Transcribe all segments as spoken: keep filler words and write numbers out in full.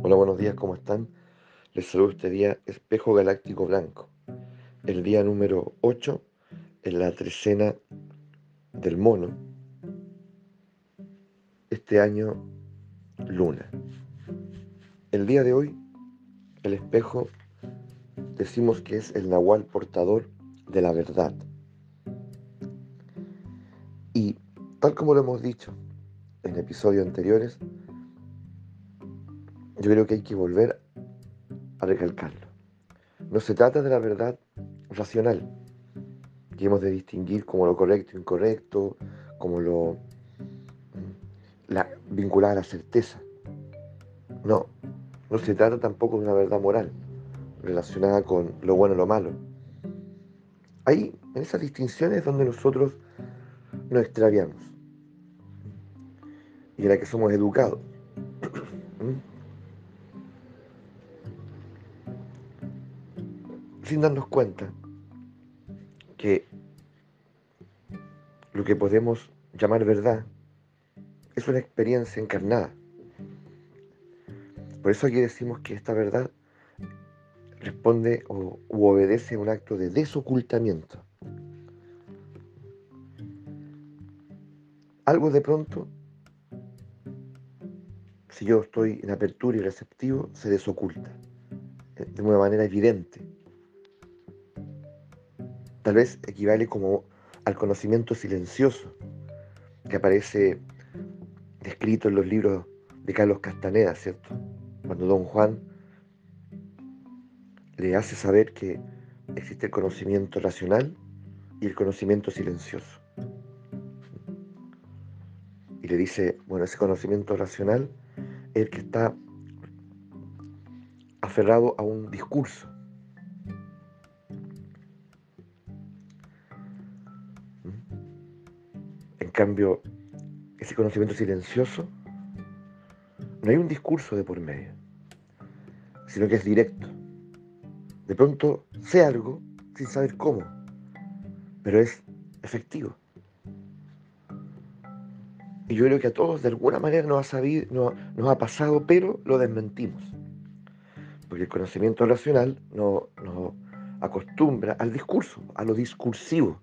Hola, buenos días, ¿cómo están? Les saludo este día Espejo Galáctico Blanco, el día número ocho en la trecena del mono, este año luna. El día de hoy, el espejo decimos que es el nahual portador de la verdad. Y tal como lo hemos dicho en episodios anteriores, yo creo que hay que volver a recalcarlo. No se trata de la verdad racional, que hemos de distinguir como lo correcto e incorrecto, como lo la, vinculada a la certeza. No, no se trata tampoco de una verdad moral relacionada con lo bueno o lo malo. Ahí, en esas distinciones, donde nosotros nos extraviamos y en la que somos educados. ¿Mm? Sin darnos cuenta que lo que podemos llamar verdad es una experiencia encarnada. Por eso aquí decimos que esta verdad responde o u obedece a un acto de desocultamiento. Algo de pronto, si yo estoy en apertura y receptivo, se desoculta eh, de una manera evidente. Tal vez equivale como al conocimiento silencioso que aparece descrito en los libros de Carlos Castaneda, ¿cierto? Cuando Don Juan le hace saber que existe el conocimiento racional y el conocimiento silencioso. Y le dice, bueno, ese conocimiento racional es el que está aferrado a un discurso. En cambio, ese conocimiento silencioso, no hay un discurso de por medio, sino que es directo. De pronto sé algo sin saber cómo, pero es efectivo. Y yo creo que a todos de alguna manera nos ha, sabido, nos, nos ha pasado, pero lo desmentimos. Porque el conocimiento racional nos no acostumbra al discurso, a lo discursivo.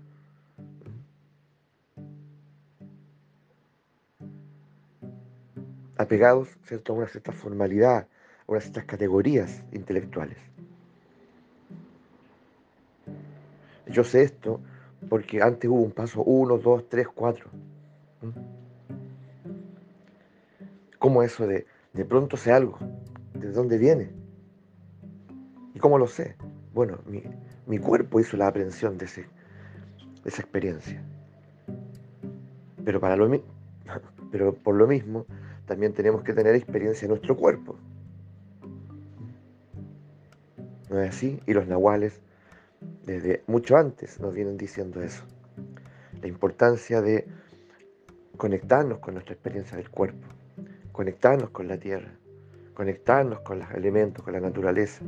Apegados, ¿cierto?, a una cierta formalidad, a unas ciertas categorías intelectuales. Yo sé esto porque antes hubo un paso uno, dos, tres, cuatro. ¿Cómo eso de de pronto sé algo? ¿De dónde viene? ¿Y cómo lo sé? Bueno, mi, mi cuerpo hizo la aprehensión de, ese, de esa experiencia. Pero, para lo, pero por lo mismo, también tenemos que tener experiencia en nuestro cuerpo. ¿No es así? Y los nahuales, desde mucho antes, nos vienen diciendo eso. La importancia de conectarnos con nuestra experiencia del cuerpo, conectarnos con la tierra, conectarnos con los elementos, con la naturaleza.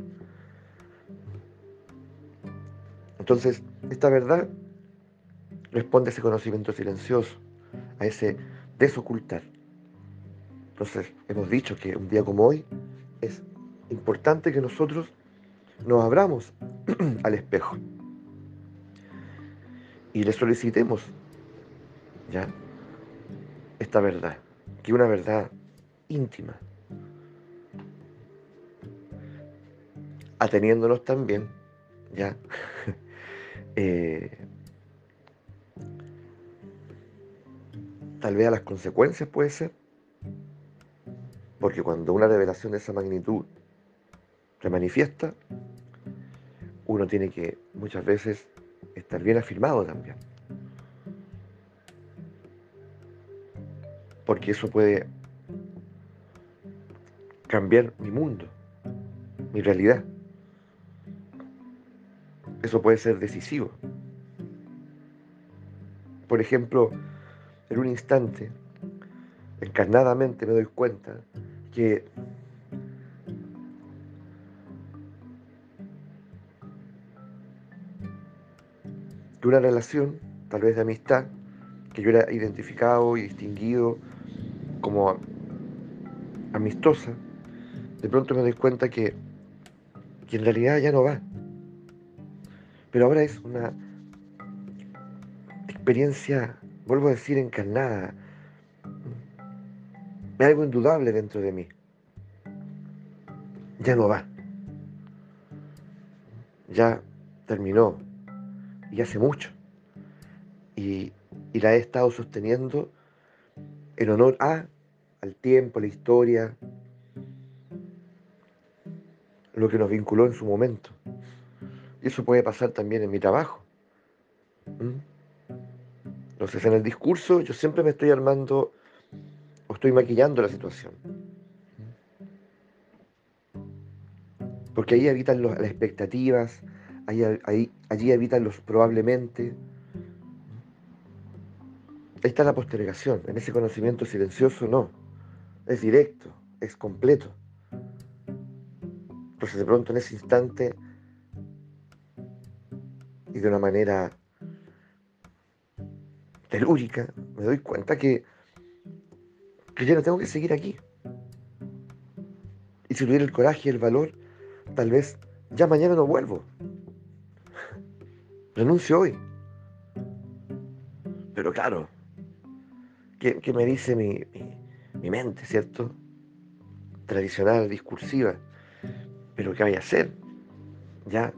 Entonces, esta verdad responde a ese conocimiento silencioso, a ese desocultar. Entonces, hemos dicho que un día como hoy es importante que nosotros nos abramos al espejo y le solicitemos ya esta verdad, que es una verdad íntima, ateniéndonos también ya eh, tal vez a las consecuencias, puede ser, porque cuando una revelación de esa magnitud se manifiesta, uno tiene que muchas veces estar bien afirmado también, porque eso puede cambiar mi mundo, mi realidad. Eso puede ser decisivo. Por ejemplo, en un instante, encarnadamente me doy cuenta que, que una relación, tal vez de amistad, que yo era identificado y distinguido como amistosa, de pronto me doy cuenta que, que en realidad ya no va. Pero ahora es una experiencia, vuelvo a decir, encarnada. Es algo indudable dentro de mí. Ya no va. Ya terminó. Y hace mucho. Y, y la he estado sosteniendo en honor a, al tiempo, a la historia, lo que nos vinculó en su momento. Y eso puede pasar también en mi trabajo. ¿Mm? Entonces, en el discurso yo siempre me estoy armando o estoy maquillando la situación. Porque ahí habitan los- las expectativas, ahí, ahí- allí habitan los probablemente. Ahí está la postergación. En ese conocimiento silencioso no. Es directo, es completo. Entonces, de pronto, en ese instante y de una manera telúrica, me doy cuenta que, que ya no tengo que seguir aquí. Y si tuviera el coraje y el valor, tal vez ya mañana no vuelvo. Renuncio hoy. Pero claro, ¿qué, qué me dice mi, mi, mi mente, cierto? Tradicional, discursiva. Pero ¿qué vaya a hacer? Ya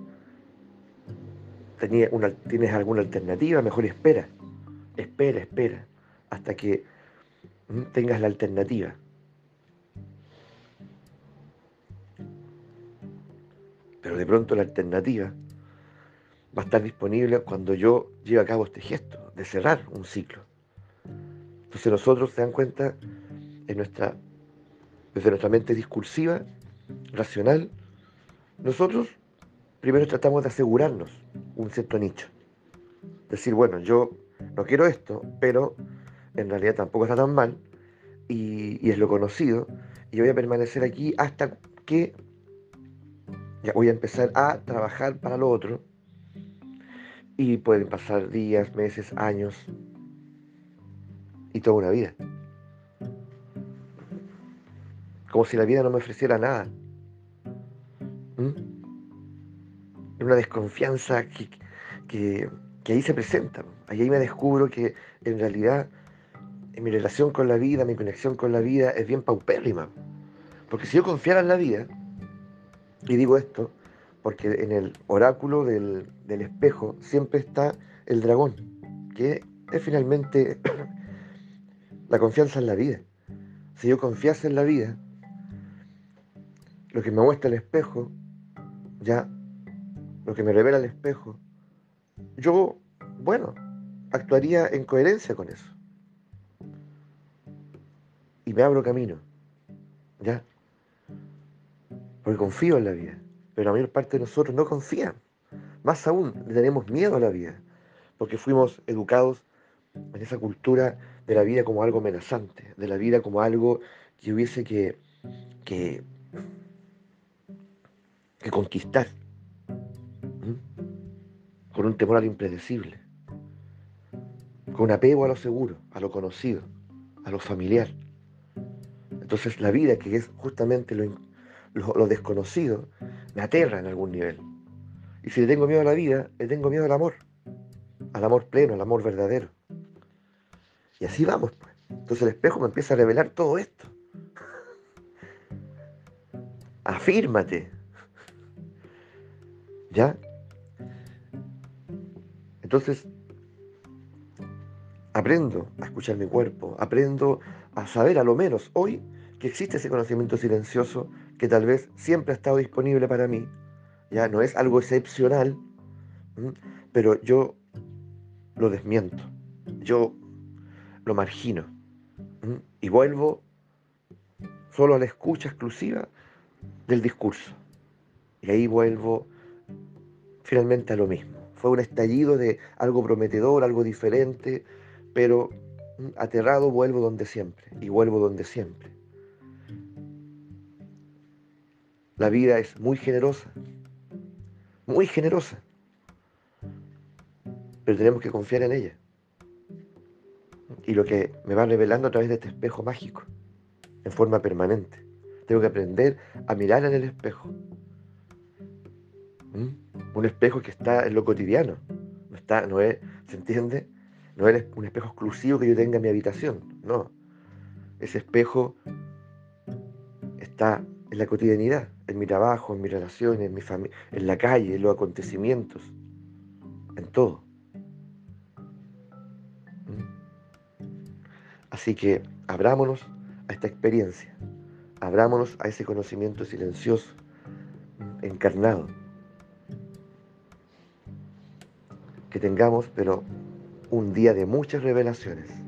tenía una, tienes alguna alternativa, mejor espera. Espera, espera. Hasta que mm, tengas la alternativa. Pero de pronto la alternativa va a estar disponible cuando yo lleve a cabo este gesto de cerrar un ciclo. Entonces nosotros, se dan cuenta, en nuestra, desde nuestra mente discursiva, racional, nosotros primero tratamos de asegurarnos un cierto nicho. Decir, bueno, yo no quiero esto, pero en realidad tampoco está tan mal y, y es lo conocido y voy a permanecer aquí hasta que ya voy a empezar a trabajar para lo otro y pueden pasar días, meses, años y toda una vida. Como si la vida no me ofreciera nada. ¿Mm? Una desconfianza que, que, que ahí se presenta. Ahí me descubro que en realidad en mi relación con la vida, mi conexión con la vida es bien paupérrima. Porque si yo confiara en la vida, y digo esto, porque en el oráculo del, del espejo siempre está el dragón, que es finalmente la confianza en la vida. Si yo confiase en la vida, lo que me muestra el espejo, ya, lo que me revela el espejo, yo, bueno, actuaría en coherencia con eso. Y me abro camino, ¿ya? Porque confío en la vida. Pero la mayor parte de nosotros no confían. Más aún, le tenemos miedo a la vida. Porque fuimos educados en esa cultura de la vida como algo amenazante, de la vida como algo que hubiese que, que, que conquistar, ¿m? Con un temor a lo impredecible, con un apego a lo seguro, a lo conocido, a lo familiar. Entonces la vida, que es justamente lo, in- lo, lo desconocido, me aterra en algún nivel. Y si le tengo miedo a la vida, le tengo miedo al amor, al amor pleno, al amor verdadero. Y así vamos, pues. Entonces el espejo me empieza a revelar todo esto. Afírmate, ¿ya? Entonces aprendo a escuchar mi cuerpo, aprendo a saber a lo menos hoy que existe ese conocimiento silencioso que tal vez siempre ha estado disponible para mí, ya no es algo excepcional, ¿m? Pero yo lo desmiento, yo lo margino, ¿m? Y vuelvo solo a la escucha exclusiva del discurso. Y ahí vuelvo finalmente a lo mismo. Fue un estallido de algo prometedor, algo diferente, pero ¿m? Aterrado vuelvo donde siempre, y vuelvo donde siempre. La vida es muy generosa, muy generosa, pero tenemos que confiar en ella. Y lo que me va revelando a través de este espejo mágico, en forma permanente. Tengo que aprender a mirar en el espejo. ¿Mm? Un espejo que está en lo cotidiano. No está, no es, ¿se entiende? No es un espejo exclusivo que yo tenga en mi habitación. No. Ese espejo está en la cotidianidad, en mi trabajo, en mis relaciones, en mi familia, en la calle, en los acontecimientos, en todo. ¿Mm? Así que abrámonos a esta experiencia, abrámonos a ese conocimiento silencioso, ¿mm? Encarnado, que tengamos, pero un día de muchas revelaciones.